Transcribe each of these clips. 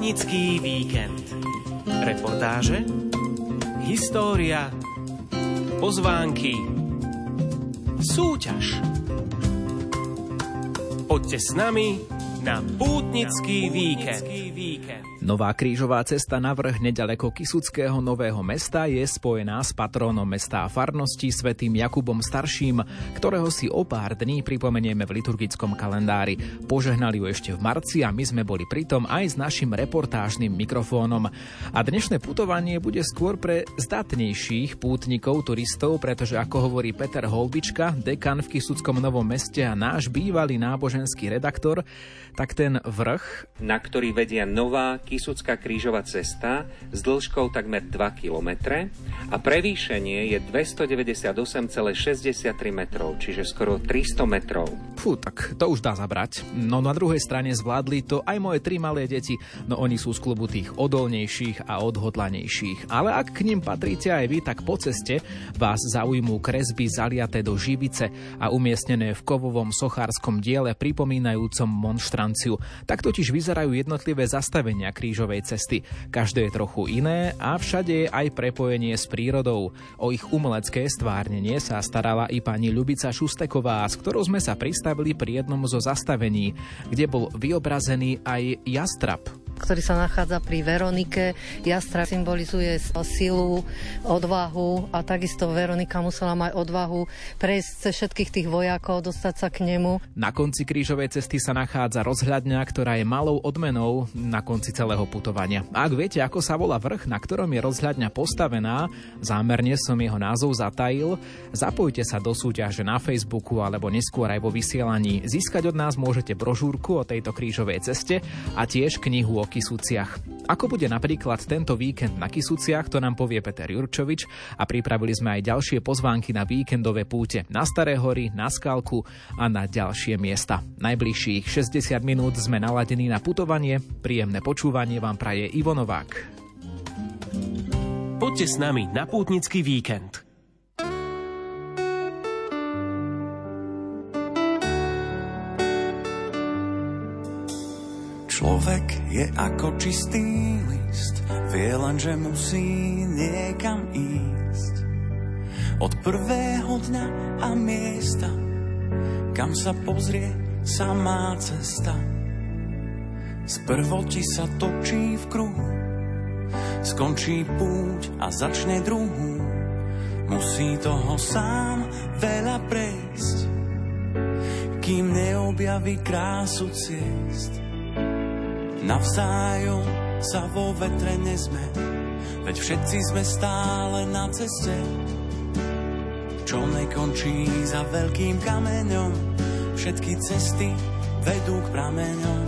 Pútnický víkend. Reportáže, história, pozvánky, súťaž. Poďte s nami na Pútnický víkend. Nová krížová cesta na vrch nedaleko Kysuckého Nového Mesta je spojená s patrónom mesta a farnosti svätým Jakubom Starším, ktorého si o pár dní pripomenieme v liturgickom kalendári. Požehnali ju ešte v marci a my sme boli pritom aj s našim reportážnym mikrofónom. A dnešné putovanie bude skôr pre zdatnejších pútnikov, turistov, pretože ako hovorí Peter Holbička, dekan v Kysuckom Novom Meste a náš bývalý náboženský redaktor, tak ten vrch, na ktorý vedia nová Kysucká krížová cesta s dĺžkou takmer 2 kilometre a prevýšenie je 298,63 metrov, čiže skoro 300 metrov. Fú, tak to už dá zabrať. No na druhej strane zvládli to aj moje 3 malé deti, no oni sú z klubu tých odolnejších a odhodlanejších. Ale ak k ním patríte aj vy, tak po ceste vás zaujmú kresby zaliaté do živice a umiestnené v kovovom sochárskom diele pripomínajúcom monštranciu. Tak totiž vyzerajú jednotlivé zastavenia krížovej cesty. Každé je trochu iné a všade je aj prepojenie s prírodou. O ich umelecké stvárnenie sa starala i pani Ľubica Šusteková, s ktorou sme sa pristavili pri jednom zo zastavení, kde bol vyobrazený aj jastrab, ktorý sa nachádza pri Veronike. Jastrab symbolizuje silu, odvahu a takisto Veronika musela mať odvahu prejsť cez všetkých tých vojakov, dostať sa k nemu. Na konci krížovej cesty sa nachádza rozhľadňa, ktorá je malou odmenou na konci celého putovania. A ak viete, ako sa volá vrch, na ktorom je rozhľadňa postavená, zámerne som jeho názov zatajil, zapojte sa do súťaže na Facebooku alebo neskôr aj vo vysielaní. Získať od nás môžete brožúrku o tejto krížovej ceste a tiež knihu o Kysuciach. Ako bude napríklad tento víkend na Kysuciach, to nám povie Peter Jurčovič a pripravili sme aj ďalšie pozvánky na víkendové púte na Staré hory, na Skalku a na ďalšie miesta. Najbližších 60 minút sme naladení na putovanie. Príjemné počúvanie vám praje Ivo Novák. Poďte s nami na Pútnický víkend. Človek je ako čistý list, vie len, že musí niekam ísť. Od prvého dňa a miesta, kam sa pozrie samá cesta. Sprvo ti sa točí v kruhu, skončí púť a začne druhú. Musí toho sám veľa prejsť, kým neobjaví krásu ciest. Navzájom sa vo vetre nezme, veď všetci sme stále na ceste, čo nekončí za veľkým kameňom. Všetky cesty vedú k prameňom.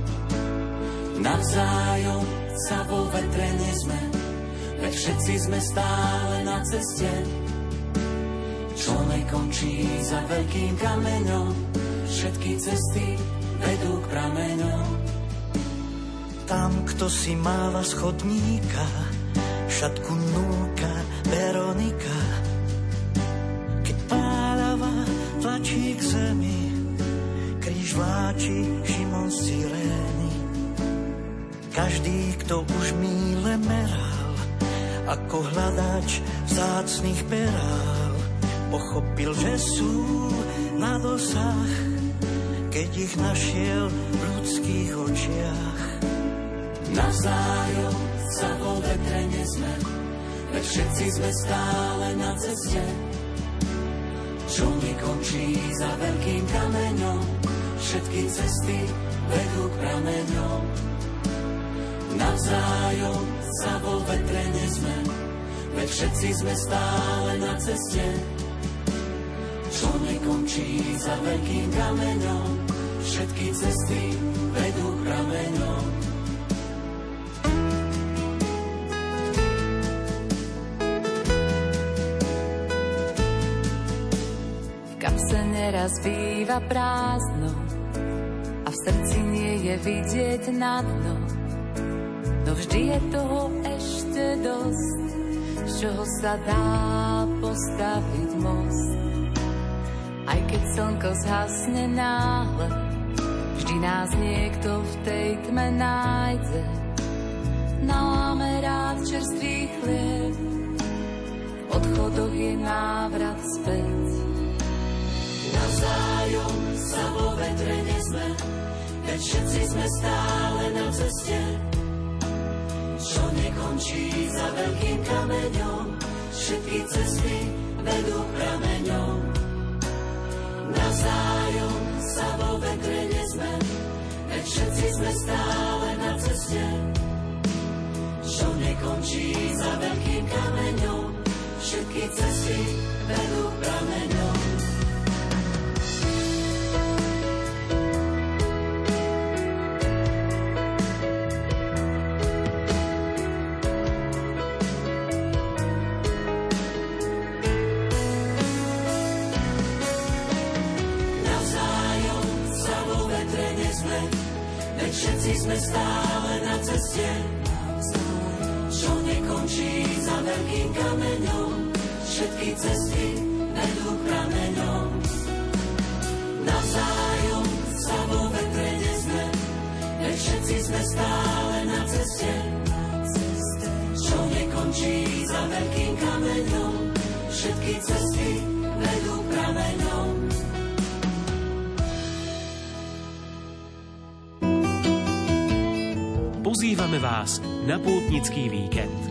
Navzájom sa vo vetre nezme, veď všetci sme stále na ceste, čo nekončí za veľkým kameňom. Všetky cesty vedú k prameňom. Tam, kto si máva z chodníka, šatku núka Veronika. Keď páľava tlačí k zemi, kríž vláči Šimon z Cyrény. Každý, kto už míle meral, ako hľadač vzácnych perál, pochopil, že sú na dosah, keď ich našiel v ľudských očiach. Navzájom sa vo vetre nezme, veď všetci sme stále na ceste, čo nekončí za veľkým kameňom. Všetky cesty vedú k prameňom. Navzájom sa vo vetre nezme, veď všetci sme stále na ceste, čo nekončí za veľkým kameňom. Všetky cesty vedú k prameňom. Neraz býva prázdno a v srdci nie je vidieť na dno, no vždy je toho ešte dosť, z čoho sa dá postaviť most. Aj keď slnko zhasne náhle, vždy nás niekto v tej tme nájde, naláme rád čerstvý chlieb. V odchodoch je návrat späť. Navzájom sa vo vetre nezme, veď všetci sme stále na ceste, čo nekončí za veľkým kameňom. Všetky cesty vedú prameňom. Navzájom sa vo vetre nezme, veď všetci sme stále na ceste, čo nekončí za veľkým kameňom. Všetky cesty vedú prameňom. Všetci sme stále na ceste, čo nekončí za veľkým kameňom. Všetky cesty vedú prameňom. Navzájom sa vo vetre nezme, veď všetci sme stále na ceste, čo nekončí za veľkým kameňom. Všetky cesty vedú prameňom. Pozývame vás na pútnický víkend.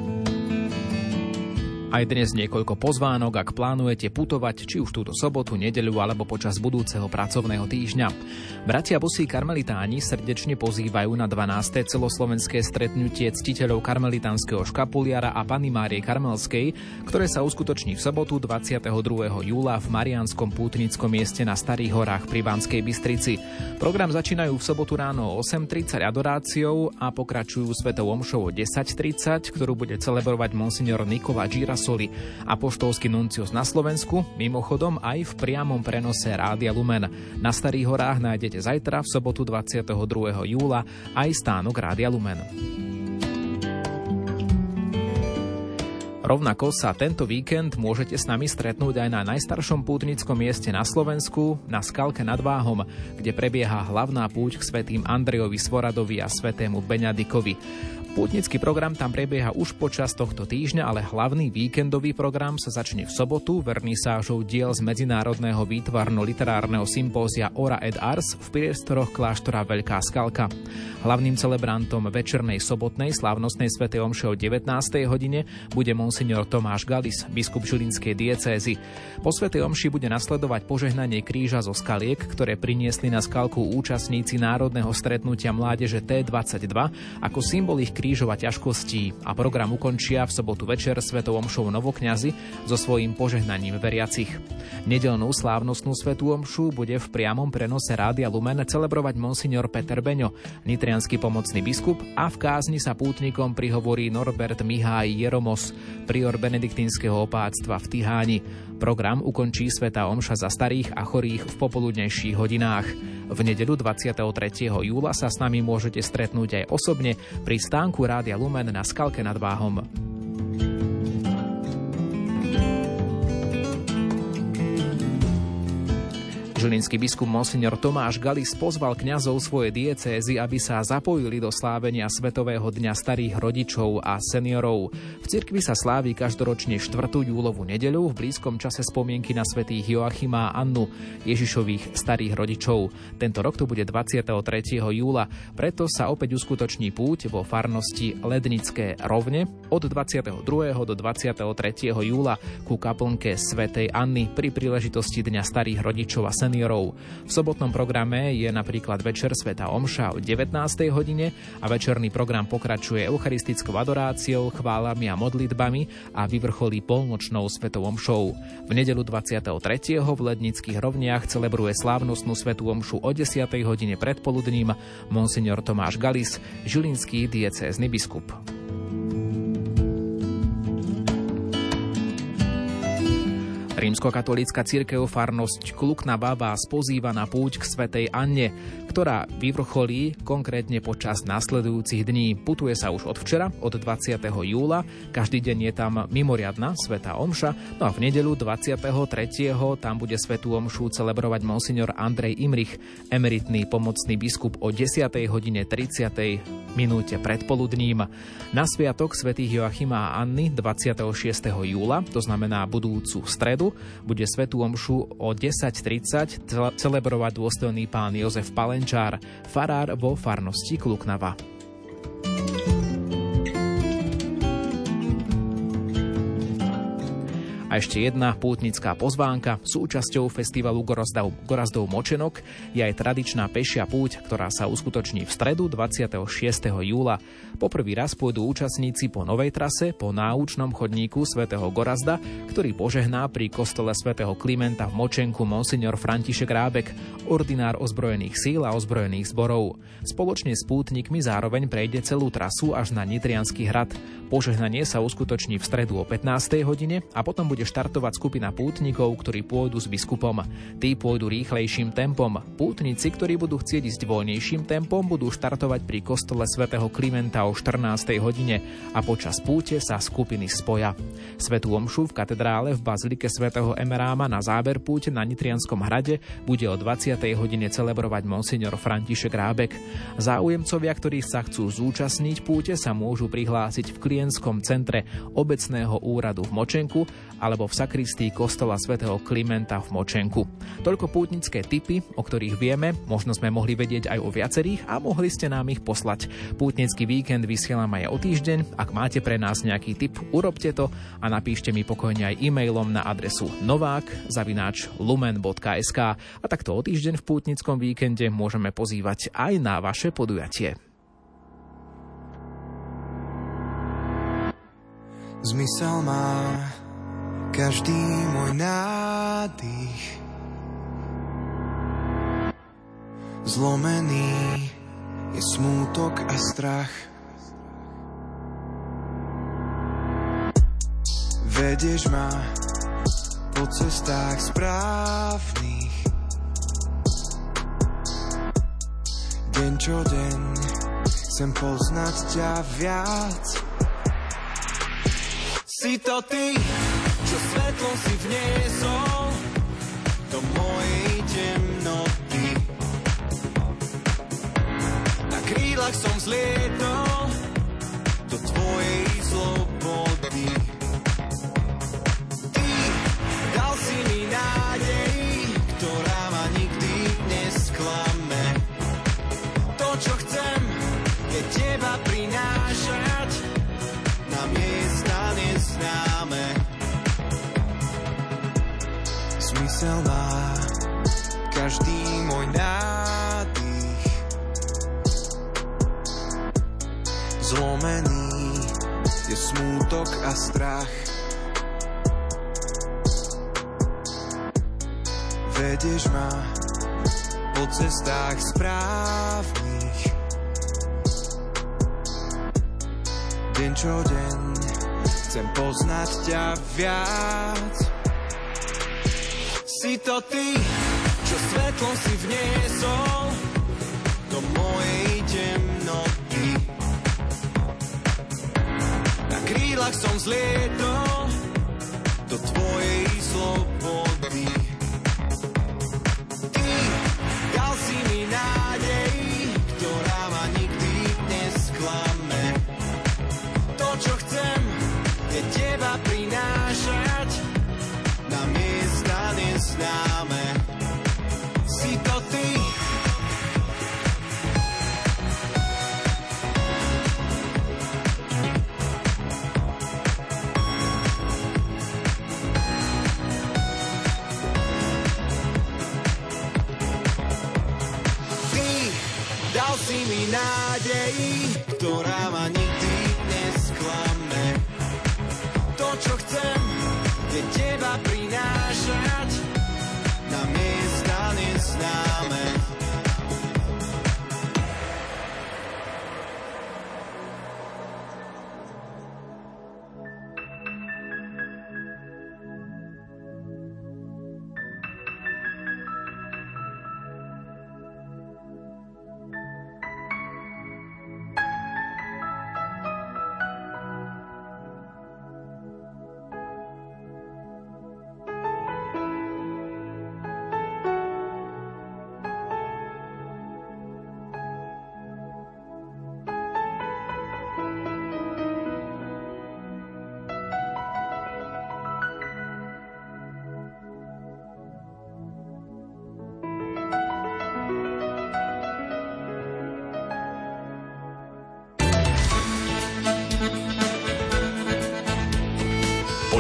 Aj dnes niekoľko pozvánok, ak plánujete putovať, či už túto sobotu, nedeľu alebo počas budúceho pracovného týždňa. Bratia Bosí karmelitáni srdečne pozývajú na 12. celoslovenské stretnutie ctiteľov karmelitánskeho škapuliara a Panny Márie Karmelskej, ktoré sa uskutoční v sobotu 22. júla v Mariánskom pútnickom mieste na Starých horách pri Banskej Bystrici. Program začínajú v sobotu ráno o 8:30 adoráciou a pokračujú svetou omšou o 10:30, ktorú bude celebrovať monsignor Nikola Girasoli, apoštolský nuncius na Slovensku, mimochodom aj v priamom prenose Rádia Lumen. Na Starých horách nájdete zajtra v sobotu 22. júla aj stánok Rádia Lumen. Rovnako sa tento víkend môžete s nami stretnúť aj na najstaršom pútnickom mieste na Slovensku, na Skalke nad Váhom, kde prebieha hlavná púť k svätým Andrejovi Svoradovi a svätému Beňadikovi. Pútnický program tam prebieha už počas tohto týždňa, ale hlavný víkendový program sa začne v sobotu vernisážou diel z medzinárodného výtvarno-literárneho sympózia Ora et Ars v priestoroch kláštora Veľká Skalka. Hlavným celebrantom večernej sobotnej slávnostnej svätej omše o 19. hodine bude monsignor Tomáš Galis, biskup žilinskej diecézy. Po svätej omši bude nasledovať požehnanie kríža zo skaliek, ktoré priniesli na Skalku účastníci národného stretnutia mládeže T22 ako symbol ich krížov a ťažkostí, a program ukončia v sobotu večer svetou omšou novokňazi so svojím požehnaním veriacich. Nedeľnú slávnostnú svätú omšu bude v priamom prenose Rádia Lumen celebrovať monsignor Peter Beňo, nitriansky pomocný biskup, a v kázni sa pútnikom prihovorí Norbert Mihály Jeromos, prior benediktínskeho opáctva v Tiháni. Program ukončí svätá omša za starých a chorých v popoludnejších hodinách. V nedeľu 23. júla sa s nami môžete stretnúť aj osobne pri stánku Rádia Lumen na Skalke nad Váhom. Žilinský biskup monsignor Tomáš Galis pozval kňazov svojej diecézy, aby sa zapojili do slávenia Svetového dňa starých rodičov a seniorov. V cirkvi sa slávi každoročne 4. júlovú nedeľu v blízkom čase spomienky na svätých Joachima a Annu, Ježišových starých rodičov. Tento rok to bude 23. júla, preto sa opäť uskutoční púť vo farnosti Lednické Rovne od 22. do 23. júla ku kaplnke svätej Anny pri príležitosti Dňa starých rodičov a seniorov. V sobotnom programe je napríklad večer svätá omša o 19. hodine a večerný program pokračuje eucharistickou adoráciou, chválami a modlitbami a vyvrcholí polnočnou svätou omšou. V nedeľu 23. v Lednických Rovniach celebruje slávnostnú svätú omšu o 10. hodine predpoludním monsignor Tomáš Galis, žilinský diecézny biskup. Rímskokatolícka cirkev farnosť Klukna Baba pozýva na púť k svätej Anne, ktorá vyvrcholí konkrétne počas nasledujúcich dní. Putuje sa už od včera, od 20. júla. Každý deň je tam mimoriadna svätá omša. No a v nedeľu 23. tam bude svätú omšu celebrovať monsignor Andrej Imrich, emeritný pomocný biskup o 10:30 minúte pred poludním. Na sviatok svätých Joachima a Anny 26. júla, to znamená budúcu stredu, bude svätú omšu o 10:30 celebrovať dôstojný pán Jozef Palenčár, farár vo farnosti Kluknava. A ešte jedna pútnická pozvánka. Súčasťou festivalu Gorazdov Močenok je aj tradičná pešia púť, ktorá sa uskutoční v stredu 26. júla. Poprvý raz pôjdu účastníci po novej trase po náučnom chodníku svätého Gorazda, ktorý požehná pri kostole svätého Klimenta v Močenku monsignor František Rábek, ordinár ozbrojených síl a ozbrojených zborov. Spoločne s pútnikmi zároveň prejde celú trasu až na Nitriansky hrad. Požehnanie sa uskutoční v stredu o 15. hodine a potom bude štartovať skupina pútnikov, ktorí pôjdu s biskupom. Tí pôjdu rýchlejším tempom. Pútnici, ktorí budú chcieť ísť voľnejším tempom, budú štartovať pri kostole svätého Klimenta o 14. hodine a počas púte sa skupiny spoja. Svätú omšu v katedrále v bazilike svätého Emeráma na záber púte na Nitrianskom hrade bude o 20. hodine celebrovať monsignor František Rábek. Záujemcovia, ktorí sa chcú zúčastniť púte, sa môžu prihlásiť v klientskom centre obecného úradu v Močenku alebo v sakristii kostola svätého Klimenta v Močenku. Toľko pútnické tipy, o ktorých vieme, možno sme mohli vedieť aj o viacerých a mohli ste nám ich poslať. Pútnický víkend vysielam aj o týždeň. Ak máte pre nás nejaký tip, urobte to a napíšte mi pokojne aj e-mailom na adresu novák@lumen.sk a takto o týždeň v pútnickom víkende môžeme pozývať aj na vaše podujatie. Zmysel má každý môj nádych, zlomený je smútok a strach. Vedieš ma po cestách správnych, deň čo deň chcem poznať ťa viac. Si to ty, čo svetlo si vniesol do mojej temnoty. Na krílach som zlietol do tvojej slobody. Ty dal si mi nádej, ktorá ma nikdy nesklame. To, čo chcem, je teba prinášať na miesta neznáme. Zmysel má každý môj nádych, zlomený je smútok a strach. Vedieš ma po cestách správnych, deň čo deň chcem poznať ťa viac. Si to ty, čo svetlo si vniesol do mojej temnoty. Na krílach som zlietol do tvojej slobody. Ty dal si mi nádej, ktorá ma nikdy nesklame. To, čo chcem, je teba prinášať na miesta neznáme. Si to ty. Ty dal si mi nádej, ktorá ma nikdy nesklame. To, čo chcem, je teba prinášať na miesta neznáme.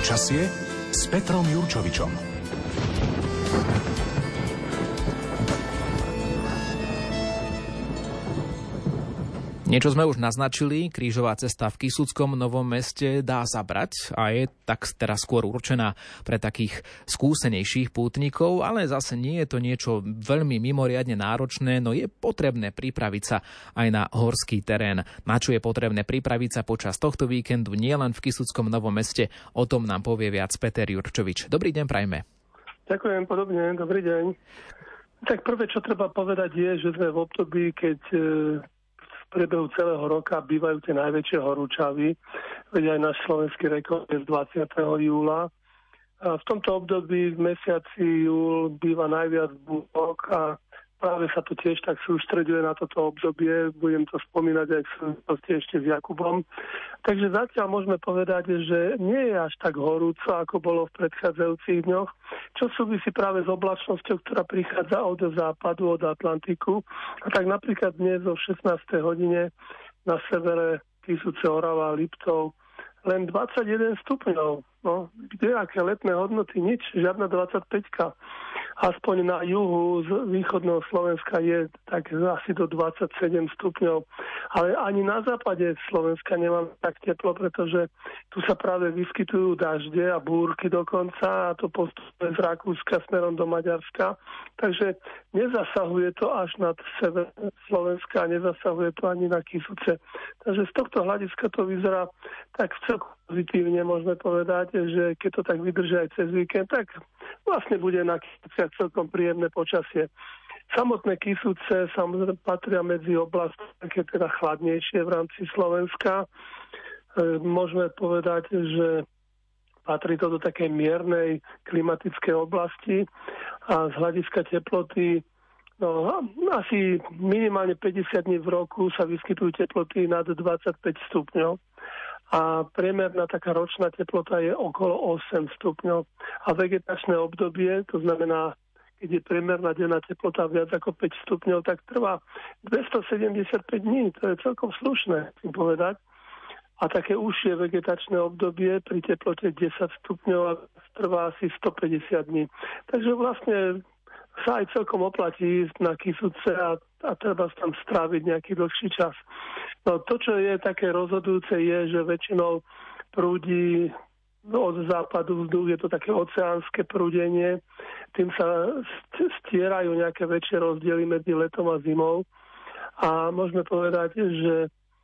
Počasie s Petrom Jurčovičom. Niečo sme už naznačili, krížová cesta v Kysuckom Novom Meste dá zabrať a je tak teraz skôr určená pre takých skúsenejších pútnikov, ale zase nie je to niečo veľmi mimoriadne náročné, no je potrebné pripraviť sa aj na horský terén. Na čo je potrebné pripraviť sa počas tohto víkendu nielen v Kysuckom Novom Meste, o tom nám povie viac Peter Jurčovič. Dobrý deň, prajme. Ďakujem, podobne, dobrý deň. Tak prvé, čo treba povedať je, že sme v období, keď v priebehu celého roka bývajú tie najväčšie horúčavy, veď aj náš slovenský rekord je z 20. júla. A v tomto období v mesiaci júl býva najviac búrok a práve sa to tiež tak sústreďuje na toto obdobie. Budem to spomínať aj v súvislosti ešte s Jakubom. Takže zatiaľ môžeme povedať, že nie je až tak horúco, ako bolo v predchádzajúcich dňoch, čo súvisí práve s oblačnosťou, ktorá prichádza od západu, od Atlantiku. A tak napríklad dnes o 16. hodine na severe Kysuce, Orava, Liptov len 21 stupňov. No, kde aké letné hodnoty? Nič, žiadna 25-ka. Aspoň na juhu z východného Slovenska je tak asi do 27 stupňov. Ale ani na západe Slovenska nemám tak teplo, pretože tu sa práve vyskytujú dažde a búrky dokonca a to postupuje z Rakúska smerom do Maďarska. Takže nezasahuje to až nad sever Slovenska a nezasahuje to ani na Kysuce. Takže z tohto hľadiska to vyzerá tak celkom pozitívne, môžeme povedať, že keď to tak vydrží aj cez víkend, tak vlastne bude na Kysuciach celkom príjemné počasie. Samotné Kysuce samozrejme patria medzi oblasti také teda chladnejšie v rámci Slovenska. Môžeme povedať, že patrí to do takej miernej klimatickej oblasti a z hľadiska teploty asi minimálne 50 dní v roku sa vyskytujú teploty nad 25 stupňov. A priemerná taká ročná teplota je okolo 8 stupňov. A vegetačné obdobie, to znamená, keď je priemerná denná teplota viac ako 5 stupňov, tak trvá 275 dní. To je celkom slušné, chcem povedať. A také užšie vegetačné obdobie pri teplote 10 stupňov trvá asi 150 dní. Takže vlastne sa aj celkom oplatí ísť na Kysuce a treba tam stráviť nejaký dlhší čas. No to, čo je také rozhodujúce, je, že väčšinou prúdi od západu vzduch, je to také oceánske prúdenie, tým sa stierajú nejaké väčšie rozdiely medzi letom a zimou a môžeme povedať, že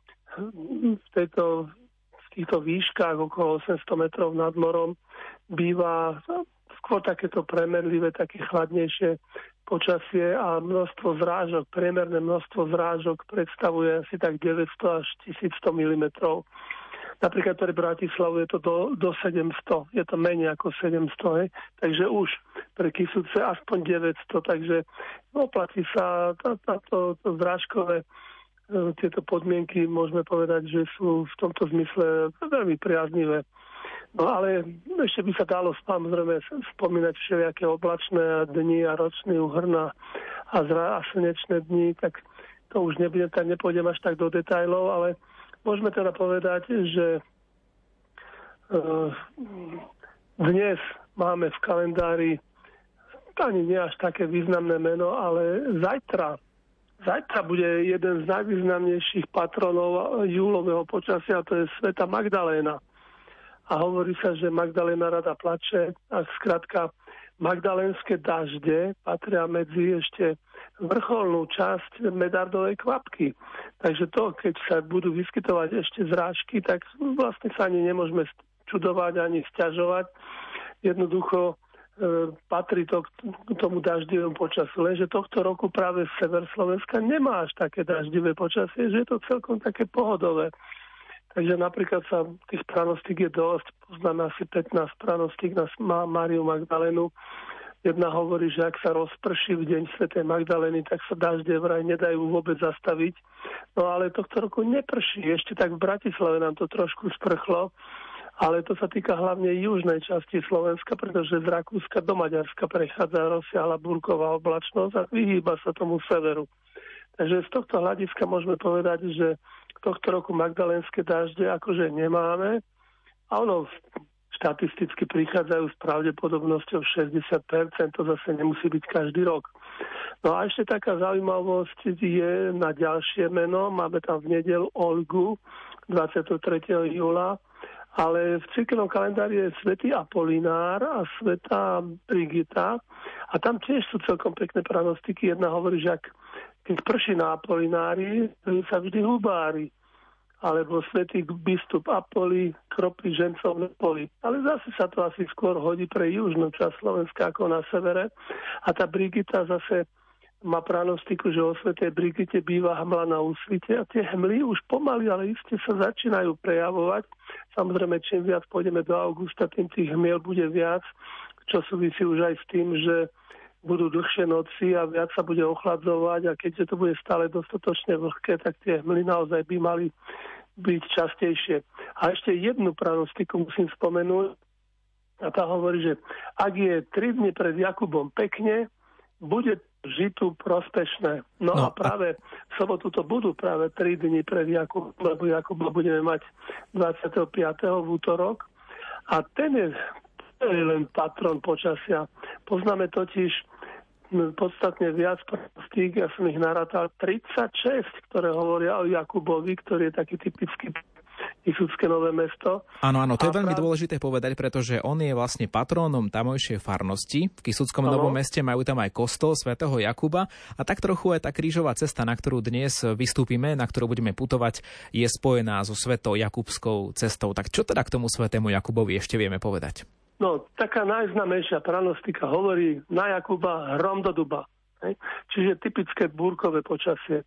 v týchto výškach okolo 800 metrov nad morom býva skôr takéto premerlivé, také chladnejšie počasie a množstvo zrážok, priemerné množstvo zrážok predstavuje asi tak 900 až 1100 mm. Napríklad pre Bratislavu je to do 700, je to menej ako 700, takže už pre Kysuce aspoň 900, takže oplatí sa táto zrážkové tieto podmienky, môžeme povedať, že sú v tomto zmysle veľmi priaznivé. No ale ešte by sa dalo samozrejme spomínať všelijaké oblačné dni a ročný úhrn a slnečné dni, tak to už nepôjdem až tak do detailov, ale môžeme teda povedať, že dnes máme v kalendári ani nie až také významné meno, ale zajtra bude jeden z najvýznamnejších patronov júlového počasia, to je Svätá Magdaléna. A hovorí sa, že Magdaléna rada plače a skrátka magdalénske dažde patria medzi ešte vrcholnú časť medardovej kvapky. Takže to, keď sa budú vyskytovať ešte zrážky, tak vlastne sa ani nemôžeme čudovať ani sťažovať. Jednoducho patrí to k tomu daždivému počasiu. Lenže tohto roku práve sever Slovenska nemá až také daždivé počasie, že je to celkom také pohodové. Takže napríklad sa tých pranostík je dosť. Poznáme asi 15 pranostík na Máriu Magdalénu. Jedna hovorí, že ak sa rozprší v deň svätej Magdalény, tak sa dažde vraj nedajú vôbec zastaviť. No ale tohto roku neprší. Ešte tak v Bratislave nám to trošku sprchlo. Ale to sa týka hlavne južnej časti Slovenska, pretože z Rakúska do Maďarska prechádza rozsiahla búrková oblačnosť a vyhýba sa tomu severu. Takže z tohto hľadiska môžeme povedať, že tohto roku magdalénske dažde akože nemáme. A ono v štatisticky prichádzajú s pravdepodobnosťou 60%, to zase nemusí byť každý rok. No a ešte taká zaujímavosť je na ďalšie meno. Máme tam v nedeľu Olgu 23. júla, ale v cirkevnom kalendári je svätý Apolinár a svätá Brigita a tam tiež sú celkom pekné pranostiky. Jedna hovorí, že keď prší na Apolinári, sa vždy hubári. Alebo svätý biskup Apoli kropí žencov na poli. Ale zase sa to asi skôr hodí pre južnú časť Slovenska ako na severe. A tá Brigita zase má pranostiku, že o svätej Brigite býva hmla na úsvite a tie hmly už pomaly, ale iste sa začínajú prejavovať. Samozrejme, čím viac pôjdeme do augusta, tým tých hmiel bude viac, čo súvisí už aj s tým, že budú dlhšie noci a viac sa bude ochladzovať a keďže to bude stále dostatočne vlhké, tak tie hmly naozaj by mali byť častejšie. A ešte jednu pranostiku musím spomenúť a tá hovorí, že ak je 3 dni pred Jakubom pekne, bude žitu prospešné. No a práve v sobotu to budú práve 3 dni pred Jakubom, lebo Jakuba budeme mať 25. v útorok a ten je len patron počasia. Poznáme totiž podstatne viac prostík, ja som ich narátal 36, ktoré hovoria o Jakubovi, ktorý je taký typický Kisúcké Nové Mesto. Áno, to je veľmi dôležité povedať, pretože on je vlastne patrónom tamojšej farnosti. V Kisúckom Novom Meste majú tam aj kostol svätého Jakuba a tak trochu aj tá krížová cesta, na ktorú dnes vystúpime, na ktorú budeme putovať, je spojená so Sveto-Jakubskou cestou. Tak čo teda k tomu svätému Jakubovi ešte vieme povedať? No, taká najznámejšia pranostika hovorí na Jakuba hrom do duba. Čiže typické búrkové počasie.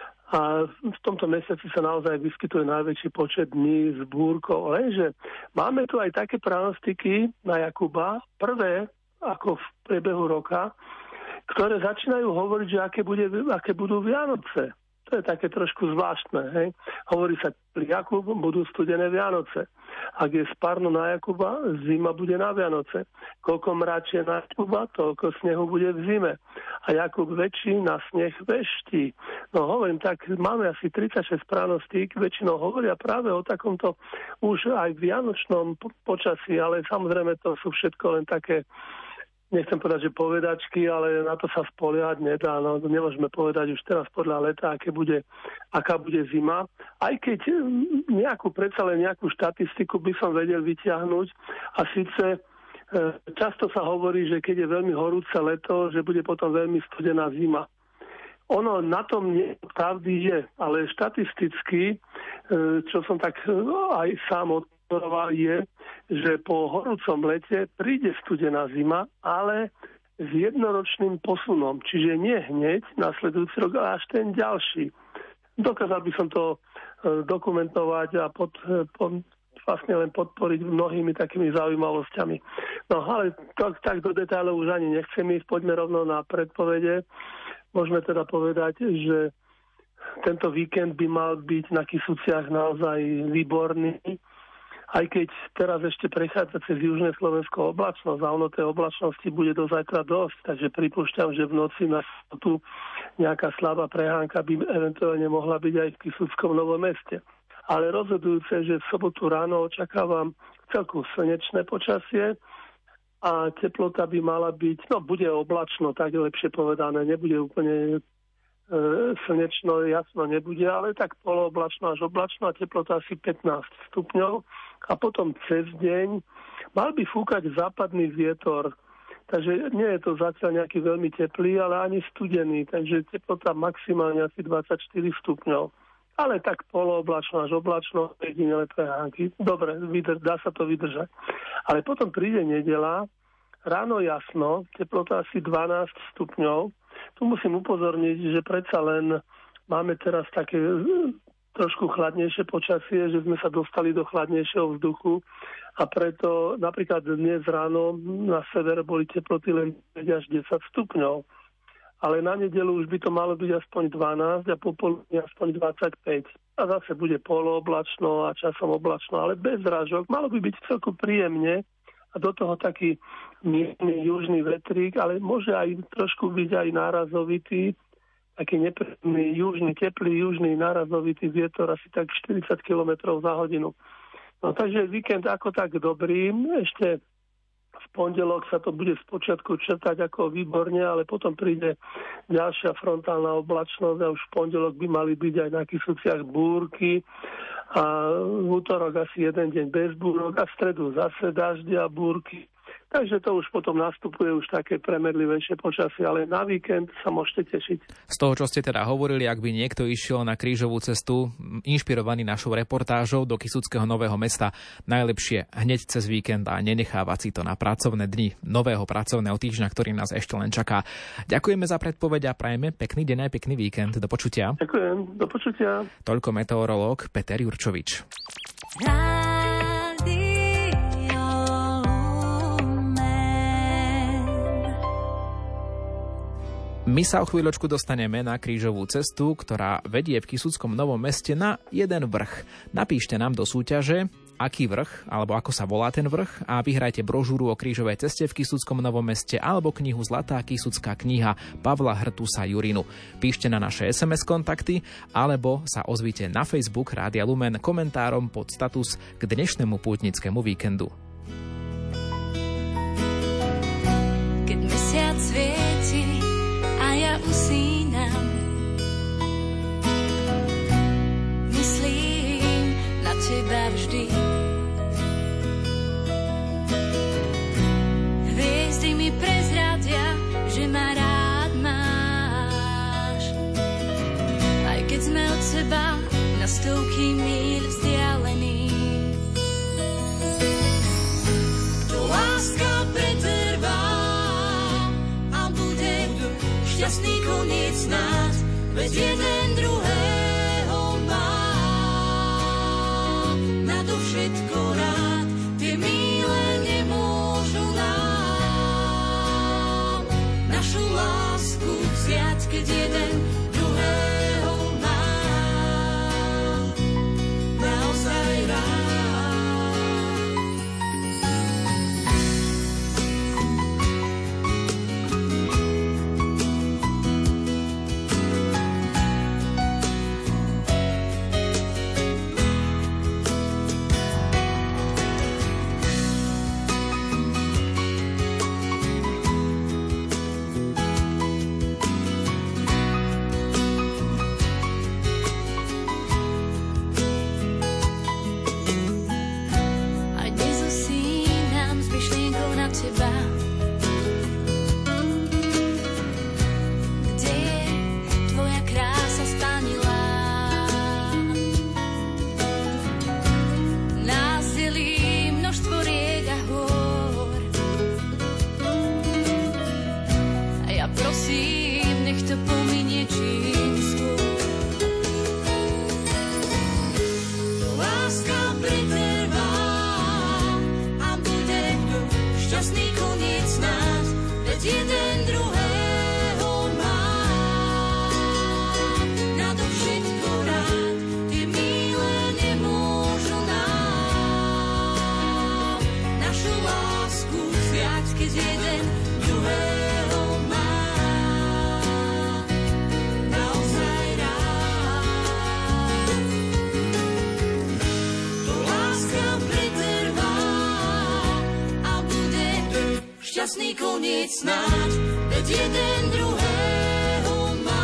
A v tomto mesiaci sa naozaj vyskytuje najväčší počet dní s búrkou. Lenže máme tu aj také pranostiky na Jakuba, prvé ako v priebehu roka, ktoré začínajú hovoriť, že aké budú Vianoce. To je také trošku zvláštne. Hej? Hovorí sa, pri Jakub budú studené Vianoce. Ak je spárno na Jakuba, zima bude na Vianoce. Koľko mračie na Jakuba, toľko snehu bude v zime. A Jakub väčší na sneh veští. No hovorím tak, máme asi 36 pranostík, väčšinou hovoria práve o takomto už aj vianočnom počasí, ale samozrejme to sú všetko len také, nechcem povedať, že povedačky, ale na to sa spoliehať nedá. No, nemôžeme povedať už teraz podľa leta, aká bude zima. Aj keď predsa len nejakú štatistiku by som vedel vyťahnuť. A síce často sa hovorí, že keď je veľmi horúce leto, že bude potom veľmi studená zima. Ono na tom pravdy je, ale štatisticky, čo som tak aj sám je, že po horúcom lete príde studená zima, ale s jednoročným posunom. Čiže nie hneď nasledujúci rok, ale až ten ďalší. Dokázal by som to dokumentovať a vlastne len podporiť mnohými takými zaujímavosťami. No ale tak do detailov už ani nechcem ísť, poďme rovno na predpovede. Môžeme teda povedať, že tento víkend by mal byť na Kisúciach naozaj výborný. Aj keď teraz ešte prechádza cez južné Slovensko oblačnosť a ono tej oblačnosti bude do zajtra dosť, takže pripúšťam, že v noci na tu nejaká slabá prehánka by eventuálne mohla byť aj v Kisúckom Novom Meste. Ale rozhodujúce, že v sobotu ráno očakávam celku slnečné počasie a teplota by mala byť, bude oblačno, tak je lepšie povedané, nebude úplne slnečno, jasno nebude, ale tak polooblačno až oblačno a teplota asi 15 stupňov. A potom cez deň mal by fúkať západný vietor. Takže nie je to zatiaľ nejaký veľmi teplý, ale ani studený. Takže teplota maximálne asi 24 stupňov. Ale tak polooblačno až oblačno, jedinele prehánky. Dobre, dá sa to vydržať. Ale potom príde nedeľa, ráno jasno, teplota asi 12 stupňov. Tu musím upozorniť, že predsa len máme teraz také trošku chladnejšie počasie, že sme sa dostali do chladnejšieho vzduchu a preto napríklad dnes ráno na severe boli teploty len 5 až 10 stupňov. Ale na nedeľu už by to malo byť aspoň 12 a popoludne aspoň 25. A zase bude polooblačno a časom oblačno, ale bez zrážok. Malo by byť celku príjemne a do toho taký mierny južný vetrík, ale môže aj trošku byť aj nárazovitý, taký nepríjemný južný, teplý južný nárazovitý vietor, asi tak 40 km za hodinu. No takže víkend ako tak dobrý, ešte v pondelok sa to bude spočiatku črtať ako výborne, ale potom príde ďalšia frontálna oblačnosť a už v pondelok by mali byť aj na Kysuciach búrky a v útorok asi jeden deň bez búrok a v stredu zase dažde a búrky. Takže to už potom nastupuje už také premedlivejšie počasie, ale na víkend sa môžete tešiť. Z toho, čo ste teda hovorili, ak by niekto išiel na krížovú cestu, inšpirovaný našou reportážou do Kysuckého Nového Mesta, najlepšie hneď cez víkend a nenechávať si to na pracovné dni nového pracovného týždňa, ktorý nás ešte len čaká. Ďakujeme za predpoveď a prajeme pekný deň aj pekný víkend. Do počutia. Ďakujem, do počutia. Toľko meteorológ Peter Jurčovič. My sa o chvíľočku dostaneme na krížovú cestu, ktorá vedie v Kysuckom Novom Meste na jeden vrch. Napíšte nám do súťaže, aký vrch, alebo ako sa volá ten vrch a vyhrajte brožúru o krížovej ceste v Kysuckom Novom Meste alebo knihu Zlatá kysucká kniha Pavla Hrtusa Jurinu. Píšte na naše SMS kontakty alebo sa ozvite na Facebook Rádia Lumen komentárom pod status k dnešnému pútnickému víkendu. Keď mesiac svieti a ja usínam, myslím na teba vždy. Hviezdy mi prezradia, že ma rád máš, aj keď sme od seba na stovky míľ vzdialení. To láska pretrvá a bude šťastný koniec nás, veď jeden druhého má. Všetko rád, tie míle nemôžu nám našu lásku vziať, keď jeden druhého má naozaj rád. Šťastný koniec snáď, veď jeden druhého má.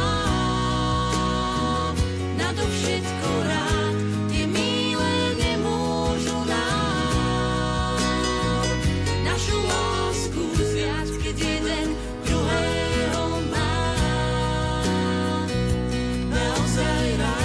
Na to všetko rád, tie míle nemôžu nám našu lásku vziať, keď jeden druhého má naozaj rád.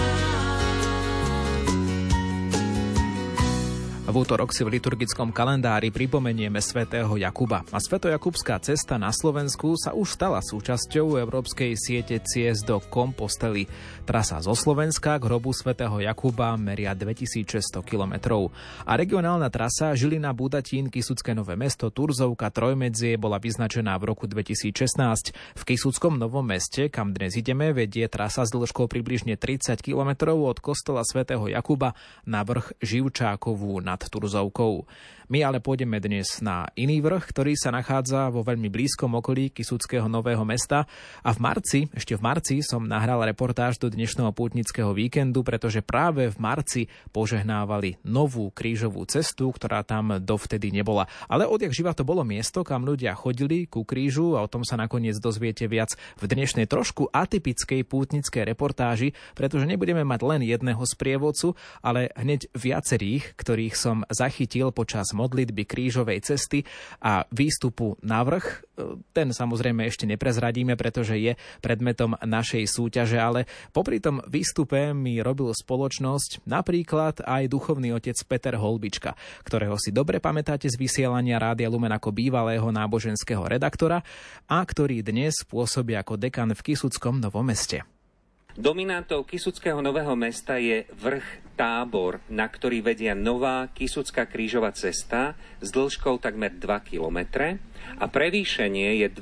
V útorok si v liturgickom kalendári pripomenieme svätého Jakuba. A svetojakubská cesta na Slovensku sa už stala súčasťou európskej siete ciest do Kompostely. Trasa zo Slovenska k hrobu svätého Jakuba meria 2600 kilometrov. A regionálna trasa Žilina-Budatín, Kysucké Nové Mesto, Turzovka, Trojmedzie bola vyznačená v roku 2016. V Kysuckom Novom Meste, kam dnes ideme, vedie trasa s dĺžkou približne 30 kilometrov od kostola svätého Jakuba na vrch Živčákovú nad nad Turzovkou. My ale pôjdeme dnes na iný vrch, ktorý sa nachádza vo veľmi blízkom okolí Kysuckého Nového Mesta a ešte v marci som nahral reportáž do dnešného pútnického víkendu, pretože práve v marci požehnávali novú krížovú cestu, ktorá tam dovtedy nebola. Ale odjak živa to bolo miesto, kam ľudia chodili ku krížu a o tom sa nakoniec dozviete viac v dnešnej trošku atypickej pútnickej reportáži, pretože nebudeme mať len jedného sprievodcu, ale hneď viacerých, ktorých som zachytil počas modlitby krížovej cesty a výstupu na vrch. Ten samozrejme ešte neprezradíme, pretože je predmetom našej súťaže, ale popri tom výstupe mi robil spoločnosť napríklad aj duchovný otec Peter Holbička, ktorého si dobre pamätáte z vysielania Rádia Lumen ako bývalého náboženského redaktora a ktorý dnes pôsobí ako dekan v Kysuckom Novom Meste. Dominantou Kysuckého Nového Mesta je vrch Tábor, na ktorý vedia nová Kysucká krížová cesta s dĺžkou takmer 2 kilometre a prevýšenie je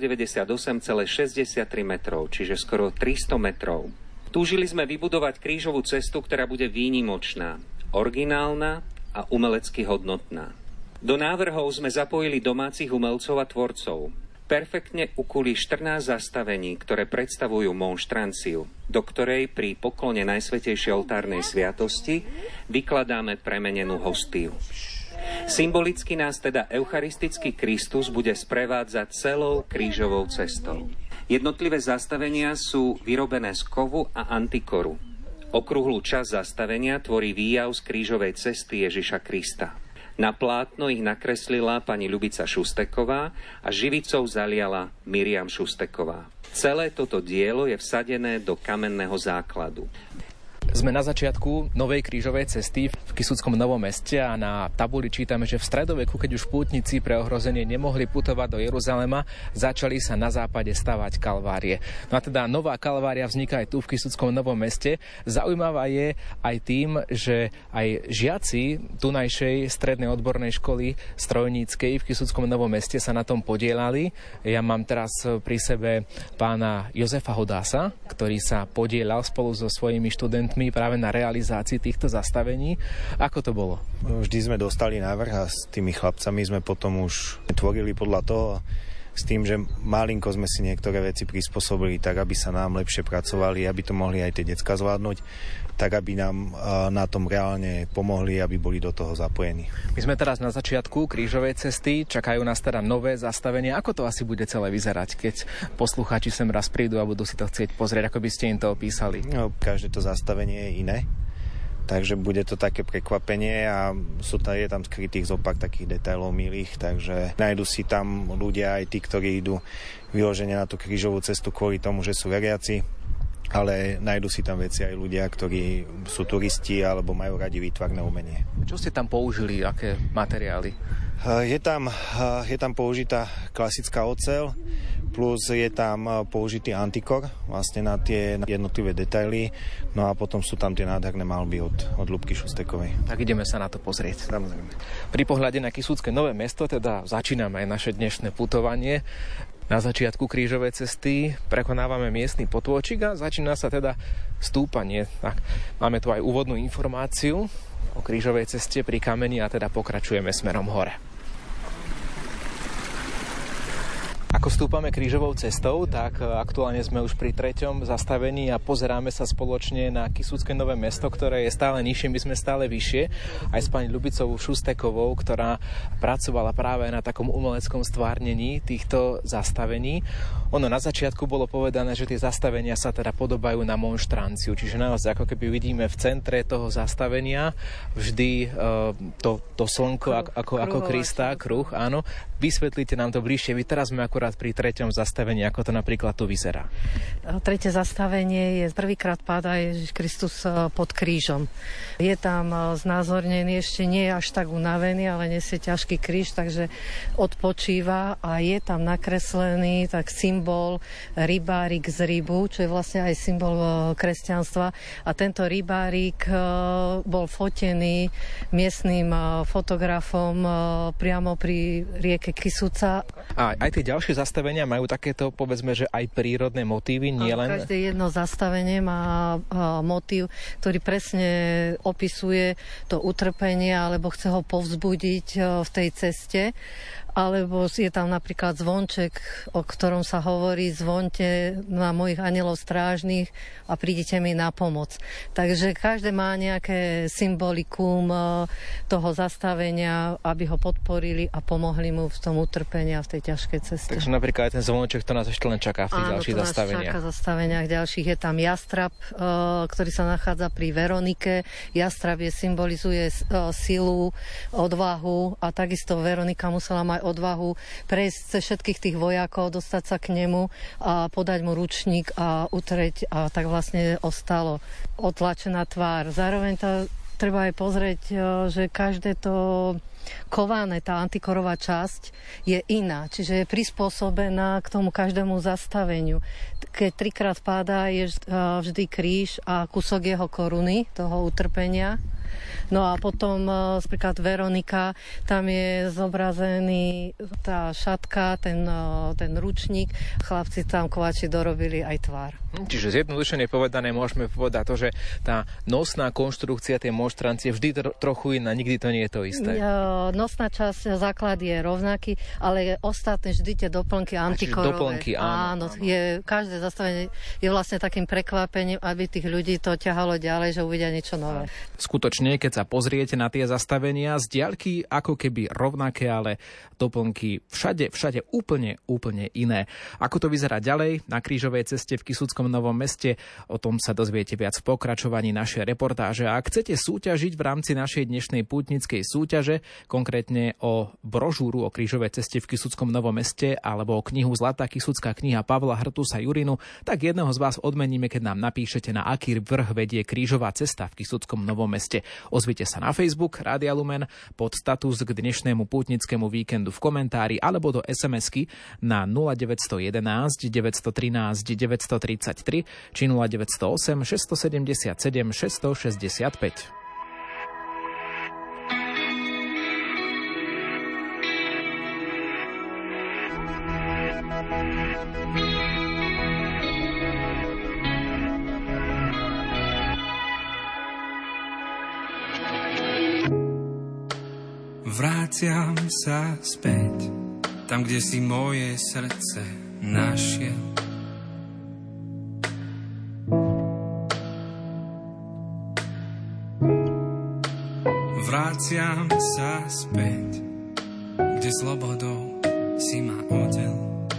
298,63 metrov, čiže skoro 300 metrov. Túžili sme vybudovať krížovú cestu, ktorá bude výnimočná, originálna a umelecky hodnotná. Do návrhov sme zapojili domácich umelcov a tvorcov. Perfektne ukuli 14 zastavení, ktoré predstavujú monštranciu, do ktorej pri poklone Najsvätejšej oltárnej sviatosti vykladáme premenenú hostiu. Symbolicky nás teda eucharistický Kristus bude sprevádzať celou krížovou cestou. Jednotlivé zastavenia sú vyrobené z kovu a antikoru. Okrúhlu časť zastavenia tvorí výjav z krížovej cesty Ježiša Krista. Na plátno ich nakreslila pani Ľubica Šusteková a živicou zaliala Miriam Šusteková. Celé toto dielo je vsadené do kamenného základu. Sme na začiatku novej krížovej cesty v Kysuckom Novom Meste a na tabuli čítame, že v stredoveku, keď už pútnici pre ohrozenie nemohli putovať do Jeruzalema, začali sa na západe stavať kalvárie. No a teda nová kalvária vzniká aj tu v Kysuckom Novom Meste. Zaujímavá je aj tým, že aj žiaci tunajšej strednej odbornej školy strojníckej v Kysuckom Novom Meste sa na tom podielali. Ja mám teraz pri sebe pána Jozefa Hodása, ktorý sa podielal spolu so svojimi študentmi práve na realizácii týchto zastavení. Ako to bolo? Vždy sme dostali návrh a s tými chlapcami sme potom už tvorili podľa toho, s tým, že malinko sme si niektoré veci prispôsobili tak, aby sa nám lepšie pracovali, aby to mohli aj tie decká zvládnuť, tak aby nám na tom reálne pomohli, aby boli do toho zapojení. My sme teraz na začiatku krížovej cesty, čakajú nás teda nové zastavenia. Ako to asi bude celé vyzerať, keď poslucháči sem raz prídu a budú si to chcieť pozrieť, ako by ste im to opísali? No, každé to zastavenie je iné. Takže bude to také prekvapenie a je tam skrytých zopak takých detailov milých, takže nájdu si tam ľudia aj tí, ktorí idú vyložene na tú krížovú cestu kvôli tomu, že sú veriaci, ale nájdu si tam veci aj ľudia, ktorí sú turisti alebo majú radi výtvarné umenie. Čo ste tam použili, aké materiály? Je tam použitá klasická oceľ, plus je tam použitý antikor vlastne na tie jednotlivé detaily, no a potom sú tam tie nádherné maľby od Ľubky Šustekovej. Tak ideme sa na to pozrieť. Samozrejme. Pri pohľade na Kysucké Nové Mesto teda začíname aj naše dnešné putovanie. Na začiatku krížovej cesty prekonávame miestny potôčik a začína sa teda stúpanie. Tak, máme tu aj úvodnú informáciu o krížovej ceste pri kameni a teda pokračujeme smerom hore. Ako stúpame krížovou cestou, tak aktuálne sme už pri 3. zastavení a pozeráme sa spoločne na Kysucké Nové Mesto, ktoré je stále nižšie, my sme stále vyššie. Aj s pani Ľubicou Šustekovou, ktorá pracovala práve na takom umeleckom stvárnení týchto zastavení. Ono na začiatku bolo povedané, že tie zastavenia sa teda podobajú na monštranciu, čiže naozaj ako keby vidíme v centre toho zastavenia vždy to slnko ako Krista, kruh, áno. Vysvetlite nám to bližšie. Vy teraz sme akurát pri 3. zastavení, ako to napríklad tu vyzerá. 3. zastavenie je prvýkrát páda Ježiš Kristus pod krížom. Je tam znázornený, ešte nie je až tak unavený, ale nesie ťažký kríž, takže odpočíva a je tam nakreslený tak symbol rybárik z rybu, čo je vlastne aj symbol kresťanstva. A tento rybárik bol fotený miestnym fotografom priamo pri rieke Kysuca. A aj tie ďalšie zastavenia majú takéto, povedzme, že aj prírodné motívy, nielen... Každé jedno zastavenie má motív, ktorý presne opisuje to utrpenie alebo chce ho povzbudiť v tej ceste. Alebo je tam napríklad zvonček, o ktorom sa hovorí: zvonte na mojich anjelov strážnych a prídite mi na pomoc. Takže každé má nejaké symbolikum toho zastavenia, aby ho podporili a pomohli mu v tom utrpení a v tej ťažkej ceste. Takže napríklad aj ten zvonček, to nás ešte len čaká v tých ďalších zastaveniach. Áno, to nás čaká v zastaveniach ďalších. Je tam jastrab, ktorý sa nachádza pri Veronike. Jastrab symbolizuje silu, odvahu a takisto Veronika musela mať odvahu prejsť cez všetkých tých vojakov, dostať sa k nemu a podať mu ručník a utrieť, a tak vlastne ostalo otlačená tvár. Zároveň treba aj pozrieť, že každé to kované, tá antikorová časť je iná, čiže je prispôsobená k tomu každému zastaveniu. Keď trikrát padá, je vždy kríž a kúsok jeho koruny, toho utrpenia. No a potom napríklad Veronika, tam je zobrazený tá šatka, ten ručník. Chlapci tam kováči dorobili aj tvár. Čiže zjednodušene povedané môžeme povedať to, že tá nosná konštrukcia tej monštrancie vždy trochu iná, nikdy to nie je to isté. Nosná časť, základ je rovnaký, ale ostatné vždy tie doplnky antikorové. Doplnky, áno. Každé zastavenie je vlastne takým prekvapením, aby tých ľudí to ťahalo ďalej, že uvidia niečo nové. Skutočne, keď sa pozriete na tie zastavenia z diaľky, ako keby rovnaké, ale doplnky všade úplne iné. Ako to vyzerá ďalej na krížovej ceste v Kysuckom Novom Meste, o tom sa dozviete viac v pokračovaní našej reportáže. A ak chcete súťažiť v rámci našej dnešnej pútnickej súťaže, konkrétne o brožúru o krížovej ceste v Kysuckom Novom Meste alebo o knihu Zlatá kysucká kniha Pavla Hrtusa Jurinu, tak jedného z vás odmeníme, keď nám napíšete, na aký vrch vedie krížová cesta v Kysuckom Novom Meste. Ozvite sa na Facebook Rádia Lumen pod status k dnešnému pútnickému víkendu v komentári alebo do SMS-ky na 0911 913 933 či 0908 677 665. Vráciam sa späť, tam, kde si moje srdce našiel. Vráciam sa späť, kde slobodou si ma odel.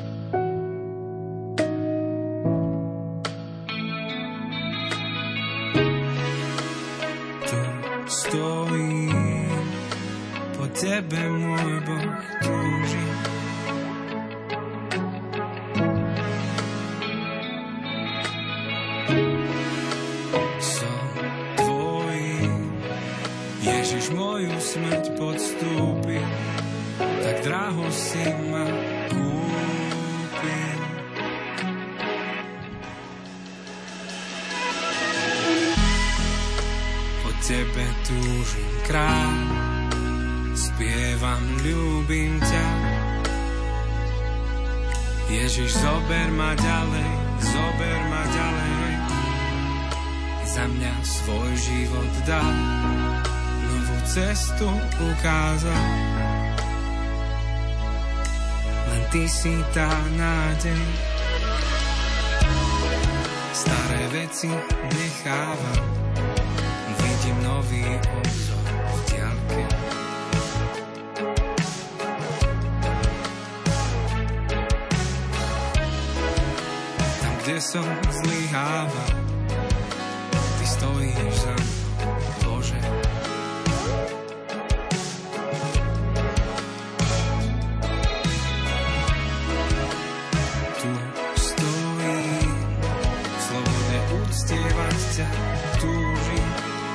Tu stojím, tebe, môj Boh, túžim. Som tvojím, Ježiš moju smrť podstúpil, tak draho si ma kúpil. Po tebe túžim, kráľ, spievam, ľúbim ťa. Ježiš, zober ma ďalej, za mňa svoj život dá, novú cestu ukázal. Len ty si tá nádej, staré veci nechávam, vidím nový obzor v diaľke. Kde som zlyhával, ty stojíš za mnou, Bože. Tu stojím, v slobode uctievať ťa túžim.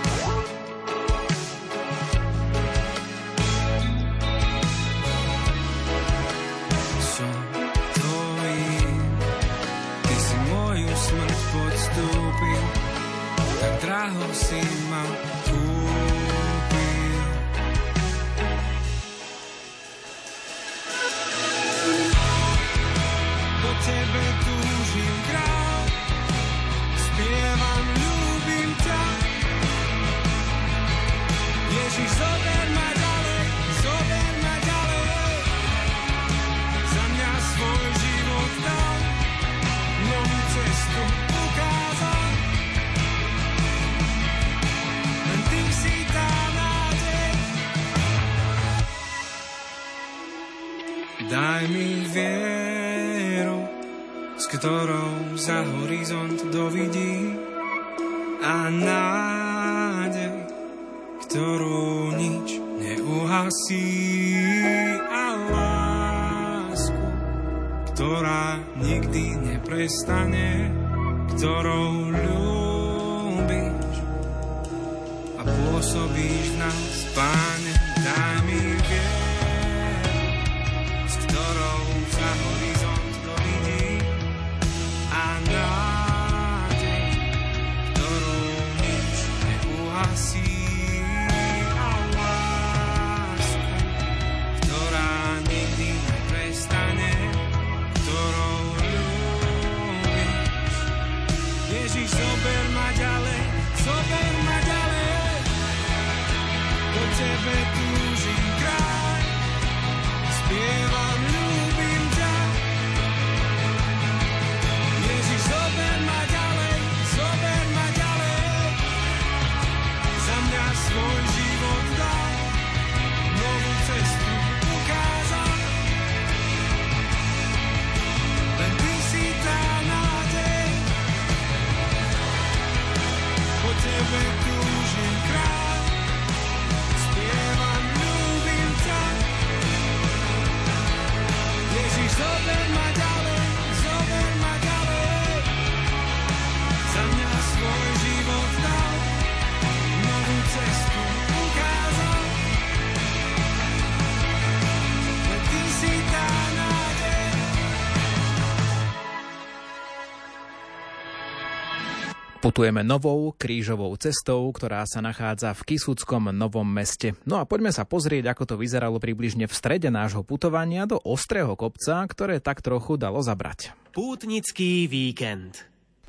Podstúpil, tak draho si ma kúpil. tebe túžim kráľ, spievam, ľúbim ťa. Ježiš, zober ma ďalej, za mňa svoj život dal, novú cestu ukázal. Len ty si tá nádej. Daj mi vieru, s ktorou za horizont dovidí, a nádej, ktorú nič neuhasí, a lásku, ktorá nikdy neprestane, ktorou ľúbiš a pôsobíš v nás, Páne. Daj mi vieru, s ktorou za horizont dovidí, a nádej, ktorú nič neuhasí, a lásku, ktorá nikdy neprestane, ktorou ľúbiš. Ježiš, zober ma ďalej, po tebe túžim kráľ, spievam, ľúbim ťa. Ježiš, zober ma ďalej, za mňa svoj život dal, novú cestu ukázal. Len ty si tá nádej, po tebe túžim kráľ, spievam, ľúbim ťa. Ježiš, zober ma ďalej, za mňa svoj život dal, novú cestu ukázal. Len ty si tá nádej. Putujeme novou krížovou cestou, ktorá sa nachádza v Kisuckom Novom Meste. No a poďme sa pozrieť, ako to vyzeralo približne v strede nášho putovania do ostrého kopca, ktoré tak trochu dalo zabrať. Pútnický víkend.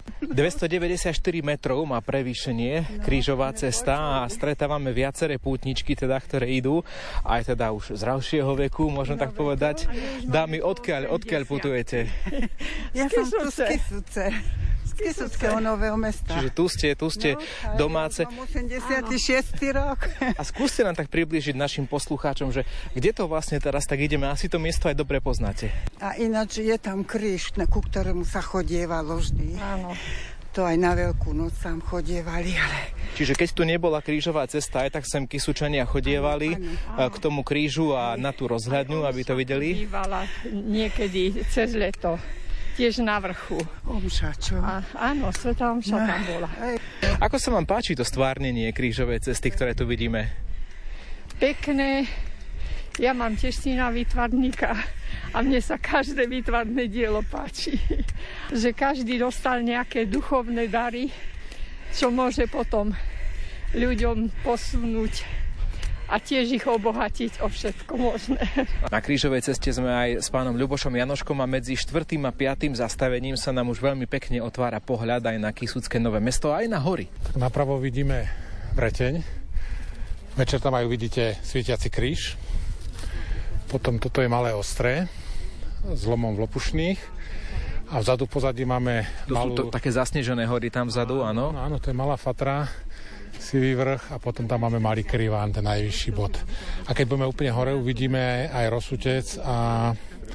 294 metrov má prevýšenie krížová cesta a stretávame viaceré pútničky, teda, ktoré idú aj teda už z raušieho veku, možno tak povedať. Dámy, odkiaľ putujete? Ja som tu z Kisuce. Z Kisuckého Nového Mesta. Čiže tu ste domáce. Mám 86. rok. A skúste nám tak priblížiť našim poslucháčom, že kde to vlastne teraz tak ideme, asi to miesto aj dobre poznáte. A ináč je tam kríž, ku ktorému sa chodievalo vždy. Áno. To aj na Veľkú noc tam chodievali, ale... Čiže keď tu nebola krížová cesta, aj tak sem Kisučania chodievali k tomu krížu a na tú rozhľadňu, aby to videli? Bývala niekedy cez leto. Tiež na vrchu. Omša, čo? Áno, svätá omša tam bola. Ako sa vám páči to stvárnenie krížovej cesty, ktoré tu vidíme? Pekné. Ja mám tiež syna výtvarníka a mne sa každé výtvarné dielo páči. Že každý dostal nejaké duchovné dary, čo môže potom ľuďom posunúť a tiež ich obohatiť o všetko možné. Na krížovej ceste sme aj s pánom Ľubošom Janoškom a medzi 4. a 5. zastavením sa nám už veľmi pekne otvára pohľad aj na Kisucké Nové Mesto, aj na hory. Tak napravo vidíme Vreteň. Večer tam aj uvidíte svietiaci kríž. Potom toto je Malé Ostré s lomom v Lopušných. A vzadu pozadí máme malú... To sú také zasnežené hory tam vzadu, áno? Áno, to je Malá Fatra, Sivý vrch a potom tam máme Malý Kriván, ten najvyšší bod. A keď budeme úplne hore, uvidíme aj Rosutec a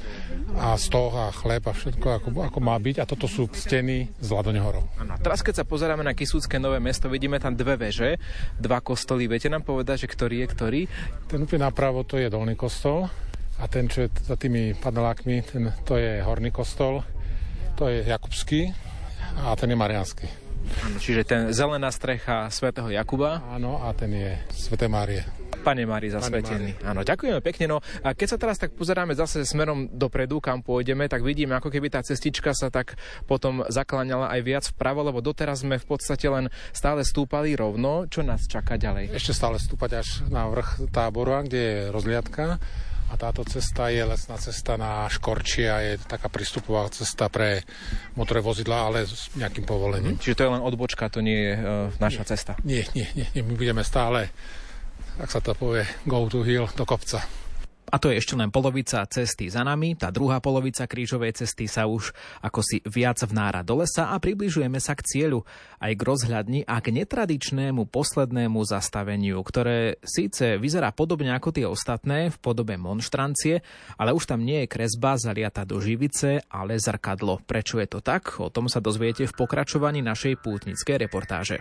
stoh a chleb a všetko, ako má byť. A toto sú steny z Ladoňhorou. A teraz, keď sa pozeráme na Kisucké Nové Mesto, vidíme tam dve veže, dva kostoly. Viete nám povedať, že ktorý je ktorý? Ten úplne napravo to je Dolný kostol a ten, čo je za tými panelákmi, to je Horný kostol. To je Jakubský a ten je Mariánsky. Áno, čiže ten zelená strecha svätého Jakuba. Áno, a ten je Sväté Márie. Pane Márii zasvetený. Áno, ďakujeme pekne. No a keď sa teraz tak pozeráme zase smerom dopredu, kam pôjdeme, tak vidíme, ako keby tá cestička sa tak potom zakláňala aj viac vpravo, lebo doteraz sme v podstate len stále stúpali rovno. Čo nás čaká ďalej? Ešte stále stúpať až na vrch Tábora, kde je rozliadka. A táto cesta je lesná cesta na Škorči a je taká prístupová cesta pre motorové vozidlá, ale s nejakým povolením. Čiže to je len odbočka, to nie je naša cesta? Nie. My budeme stále, ak sa to povie, go to hill, do kopca. A to je ešte len polovica cesty za nami. Tá druhá polovica krížovej cesty sa už ako si viac vnára do lesa a približujeme sa k cieľu, aj k rozhľadni a k netradičnému poslednému zastaveniu, ktoré síce vyzerá podobne ako tie ostatné v podobe monštrancie, ale už tam nie je kresba zaliata do živice, ale zrkadlo. Prečo je to tak? O tom sa dozviete v pokračovaní našej pútnickej reportáže.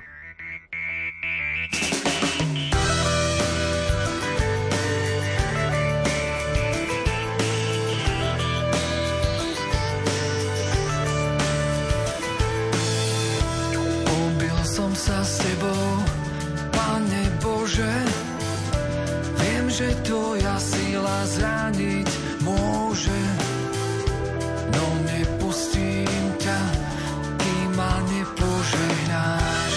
Som sa s tebou, Pane Bože, viem, že tvoja sila zraniť môže, no nepustím ťa, kým ma nepožehnáš.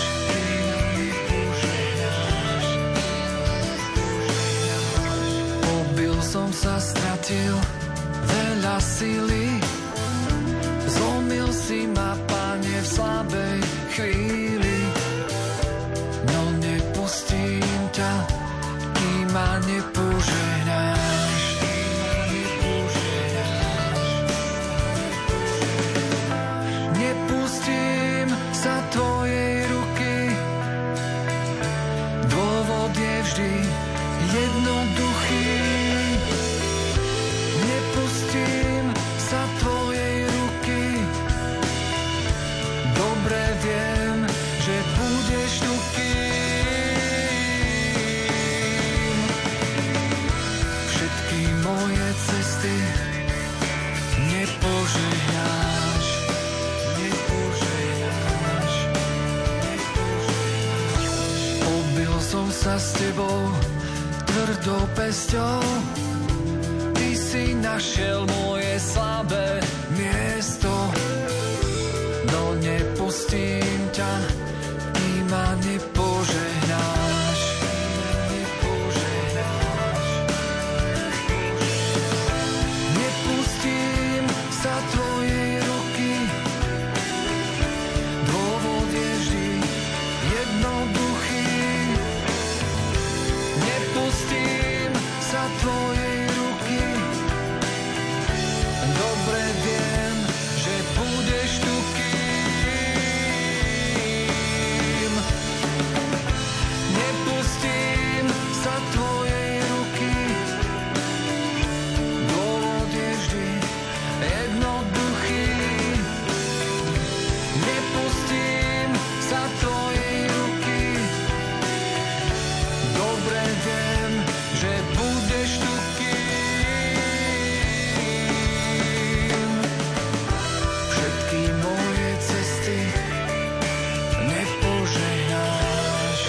Pobil som sa, stratil veľa sily, zlomil si ma, Pane, v slabej chvíli. Nepustím ťa, kým ma nepožehnáš. Nepustím sa tvojej ruky, dôvod je vždy jednoduchý. Nepustím sa tvojej ruky, dobre viem, že budeš tu. Moje cesty nepožehnáš. Pobil som sa s tebou tvrdou pesťou, ty si našiel moje slabé miesto, no nepustím ťa, kým ma nepožehnáš. Sa tvojej ruky, dôvod je vždy jednoduchý. Nepustím sa tvojej ruky, dobre viem, že budeš tu, kým. Nepustím sa tvojej ruky, dôvod je vždy jednoduchý. Nepustím sa tvojej ruky, dobre viem, že budeš tu, kým. Všetky moje cesty nepožehnáš.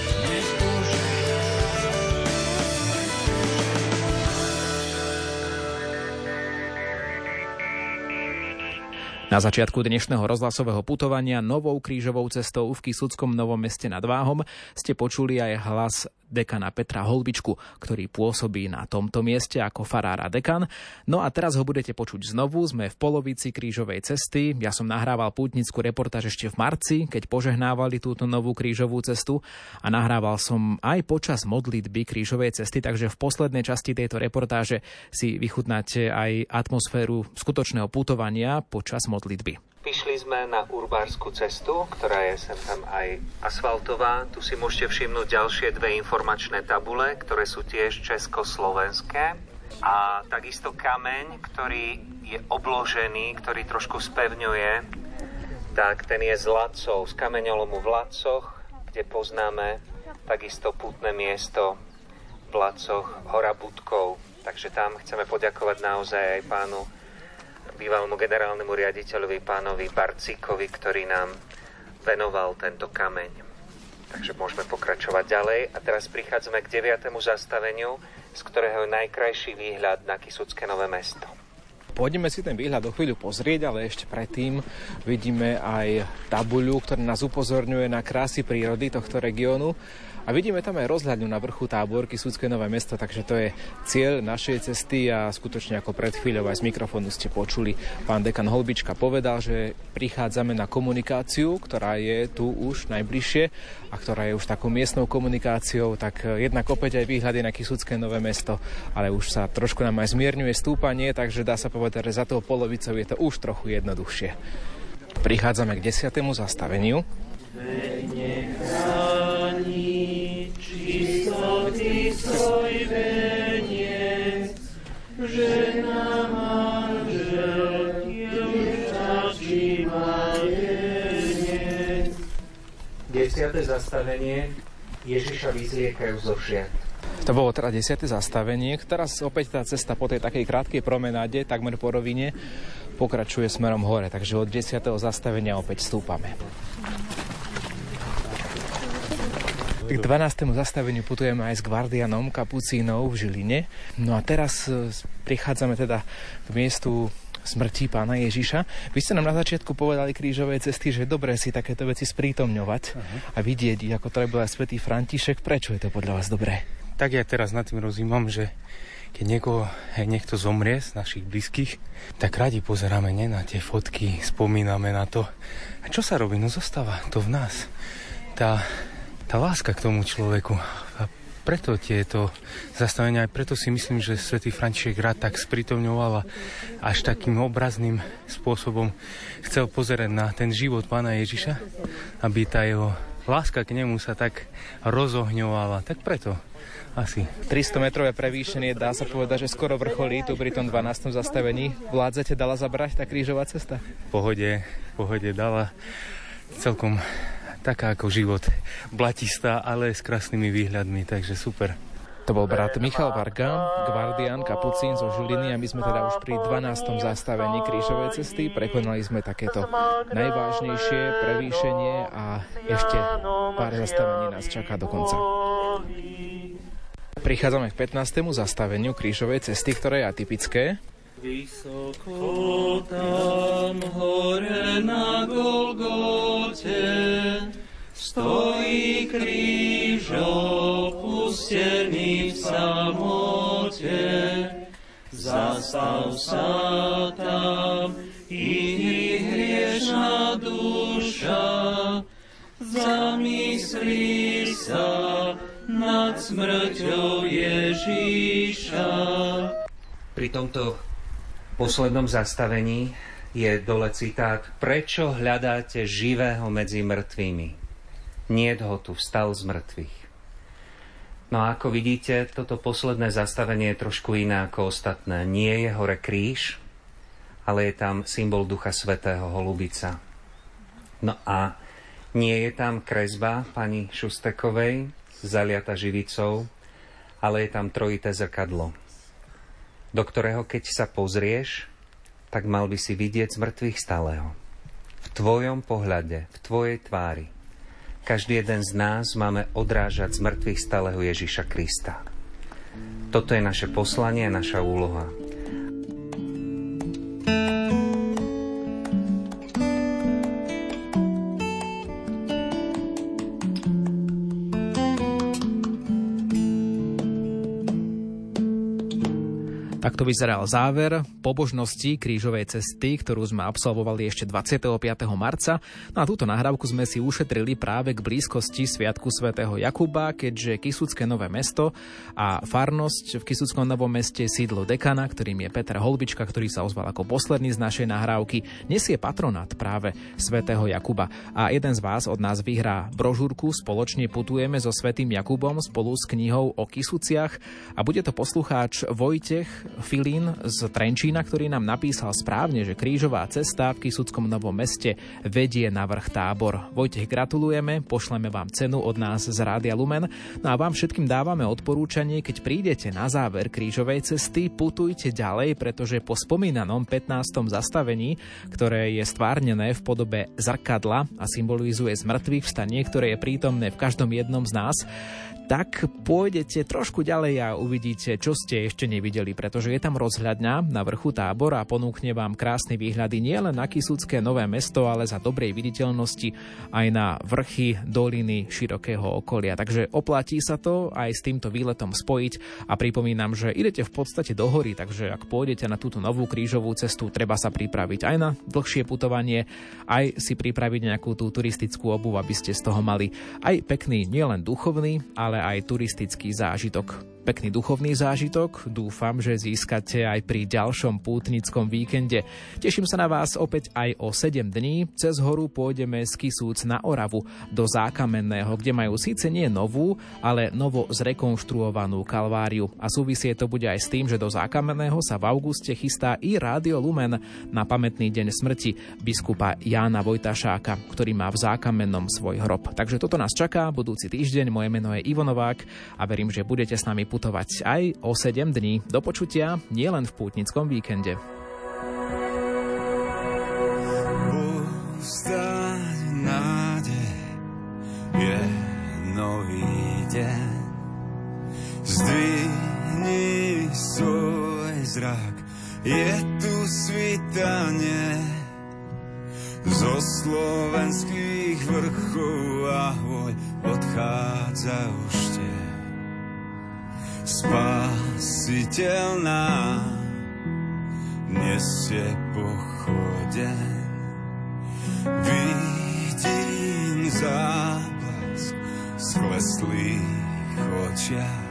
Na začiatku dnešného rozhlasového putovania novou krížovou cestou v Kysuckom Novom Meste nad Váhom ste počuli aj hlas dekana Petra Holbičku, ktorý pôsobí na tomto mieste ako farár a dekan. No a teraz ho budete počuť znovu, sme v polovici krížovej cesty. Ja som nahrával pútnickú reportáž ešte v marci, keď požehnávali túto novú krížovú cestu a nahrával som aj počas modlitby krížovej cesty, takže v poslednej časti tejto reportáže si vychutnáte aj atmosféru skutočného putovania počas modlitby. Vyšli sme na urbárskú cestu, ktorá je sem tam aj asfaltová. Tu si môžete všimnúť ďalšie dve informačné tabule, ktoré sú tiež československé. A takisto kameň, ktorý je obložený, ktorý trošku spevňuje, tak ten je z Lacov, z kameňolomu v Lacoch, kde poznáme takisto pútne miesto v Lacoch, Hora Budkov. Takže tam chceme poďakovať naozaj aj pánu bývalému generálnemu riaditeľovi pánovi Barcíkovi, ktorý nám venoval tento kameň. Takže môžeme pokračovať ďalej. A teraz prichádzame k 9. zastaveniu, z ktorého je najkrajší výhľad na Kysucké Nové Mesto. Pôjdeme si ten výhľad o chvíľu pozrieť, ale ešte predtým vidíme aj tabuľu, ktorá nás upozorňuje na krásy prírody tohto regiónu. A vidíme tam aj rozhľadňu na vrchu Táborky, Kisúcké Nové Mesto, takže to je cieľ našej cesty a skutočne ako pred chvíľou aj z mikrofónu ste počuli. Pán dekan Holbička povedal, že prichádzame na komunikáciu, ktorá je tu už najbližšie a ktorá je už takou miestnou komunikáciou, tak jednak opäť aj výhľady na Kisúcké Nové Mesto, ale už sa trošku nám aj zmierňuje stúpanie, takže dá sa povedať, že za tou polovicou je to už trochu jednoduchšie. Prichádzame k 10. zastaveniu. Čistoty svoj veniec, žena manžel, stačí majenec. 10. zastavenie Ježiša vyzliekajú zo všiat. To bolo teda 10. zastavenie. Teraz opäť tá cesta po tej takej krátkej promenáde, takmer po rovine, pokračuje smerom hore. Takže od 10. zastavenia opäť stúpame. K 12. zastaveniu putujeme aj s Guardianom Kapucínov v Žiline. No a teraz prichádzame teda k miestu smrti Pána Ježiša. Vy ste nám na začiatku povedali krížovej cesty, že je dobré si takéto veci sprítomňovať a vidieť, ako to bol aj svätý František. Prečo je to podľa vás dobré? Tak ja teraz nad tým rozímam, že keď niekto zomrie z našich blízkych, tak radi pozeráme na tie fotky, spomíname na to. A čo sa robí? No zostáva to v nás. Tá láska k tomu človeku. A preto tieto zastavenia, aj preto si myslím, že svätý František rád tak sprítomňoval a až takým obrazným spôsobom chcel pozerať na ten život Pána Ježiša, aby tá jeho láska k nemu sa tak rozohňovala. Tak preto asi. 300-metrové prevýšenie, dá sa povedať, že skoro vrcholí tu pri tom 12. zastavení. Vládzete, dala zabrať tá krížová cesta? V pohode dala celkom taká ako život, blatistá, ale s krásnymi výhľadmi, takže super. To bol brat Michal Varga, Guardian Kapucín zo Žiliny a my sme teda už pri 12. zastavení krížovej cesty. Prekonali sme takéto najvážnejšie prevýšenie a ešte pár zastavení nás čaká do konca. Prichádzame k 15. zastaveniu krížovej cesty, ktoré je atypické. Vysoko tam hore na Golgote stojí kríž opustený v samote. Zastav sa tam i hriešna duša, zamyslí sa nad smrťou Ježíša. Pri tomto poslednom zastavení je dole citát: Prečo hľadáte živého medzi mŕtvými? Niet ho tu, vstal z mŕtvych. No a ako vidíte, toto posledné zastavenie je trošku iné ako ostatné. Nie je hore kríž, ale je tam symbol Ducha Svätého, holubica. No a nie je tam kresba pani Šustekovej, zaliata živicou, ale je tam trojité zrkadlo, do ktorého keď sa pozrieš, tak mal by si vidieť z mŕtvych stáleho. V tvojom pohľade, v tvojej tvári. Každý jeden z nás máme odrážať z mŕtvych stáleho Ježiša Krista. Toto je naše poslanie a naša úloha. Takto vyzeral záver pobožnosti krížovej cesty, ktorú sme absolvovali ešte 25. marca. No a túto nahrávku sme si ušetrili práve k blízkosti Sviatku svätého Jakuba, keďže Kisúcké Nové Mesto a farnosť v Kisúckom Novom Meste, sídlo dekana, ktorým je Peter Holbička, ktorý sa ozval ako posledný z našej nahrávky, nesie patronát práve svätého Jakuba. A jeden z vás od nás vyhrá brožúrku Spoločne putujeme so svätým Jakubom spolu s knihou o Kisúciach a bude to poslucháč Vojtech Filín z Trenčína, ktorý nám napísal správne, že krížová cesta v Kisúckom Novom Meste vedie na vrch Tábor. Vojtech, gratulujeme, pošleme vám cenu od nás z Rádia Lumen. No a vám všetkým dávame odporúčanie, keď prídete na záver krížovej cesty, putujte ďalej, pretože po spomínanom 15. zastavení, ktoré je stvárnené v podobe zrkadla a symbolizuje zmrtvých vstanie, ktoré je prítomné v každom jednom z nás, tak pôjdete trošku ďalej a uvidíte, čo ste ešte nevideli, pretože pretože je tam rozhľadňa na vrchu Tábora a ponúkne vám krásne výhľady nielen na Kysucké Nové Mesto, ale za dobrej viditeľnosti aj na vrchy doliny širokého okolia. Takže oplatí sa to aj s týmto výletom spojiť a pripomínam, že idete v podstate do hory, takže ak pôjdete na túto novú krížovú cestu, treba sa pripraviť aj na dlhšie putovanie, aj si pripraviť nejakú tú turistickú obuv, aby ste z toho mali aj pekný, nielen duchovný, ale aj turistický zážitok. Pekný duchovný zážitok dúfam, že získate aj pri ďalšom pútnickom víkende. Teším sa na vás opäť aj o 7 dní. Cez horu pôjdeme z Kisúc na Oravu do Zákamenného, kde majú síce nie novú, ale novo zrekonštruovanú kalváriu. A súvisie to bude aj s tým, že do Zákamenného sa v auguste chystá i Rádio Lumen na pamätný deň smrti biskupa Jána Vojtašáka, ktorý má v Zákamennom svoj hrob. Takže toto nás čaká budúci týždeň. Moje meno je Ivo Novák a verím, že budete s nami putovať aj o 7 dní. Do počutia nielen v pútnickom víkende. Povstaň, nádej, je nový deň. Zdvihni svoj zrak, je tu svitanie. Zo slovenských vrchov ahoj, odchádza už tie. Spasiteľ nám nesie pochodeň. Vidím záblask v skleslých očiach,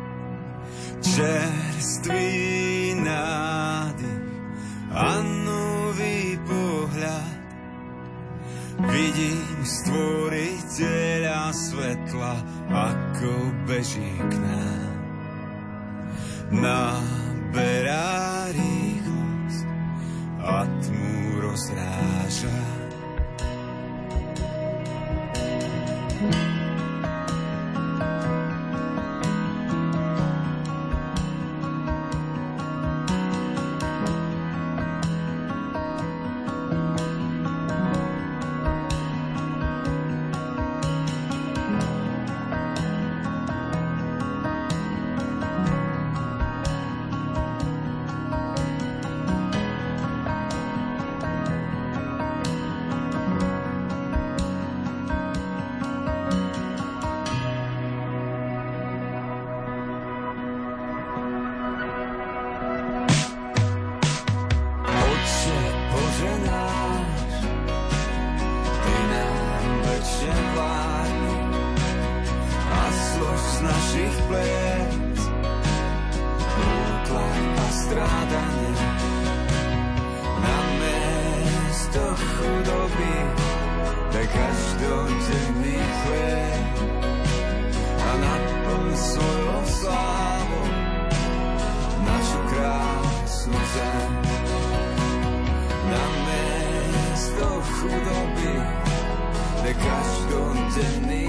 čerstvý nádych a nový pohľad. Vidím stvoriteľa svetla, ako beží k nám. Naberá rýchlosť a tmu rozráža. Každý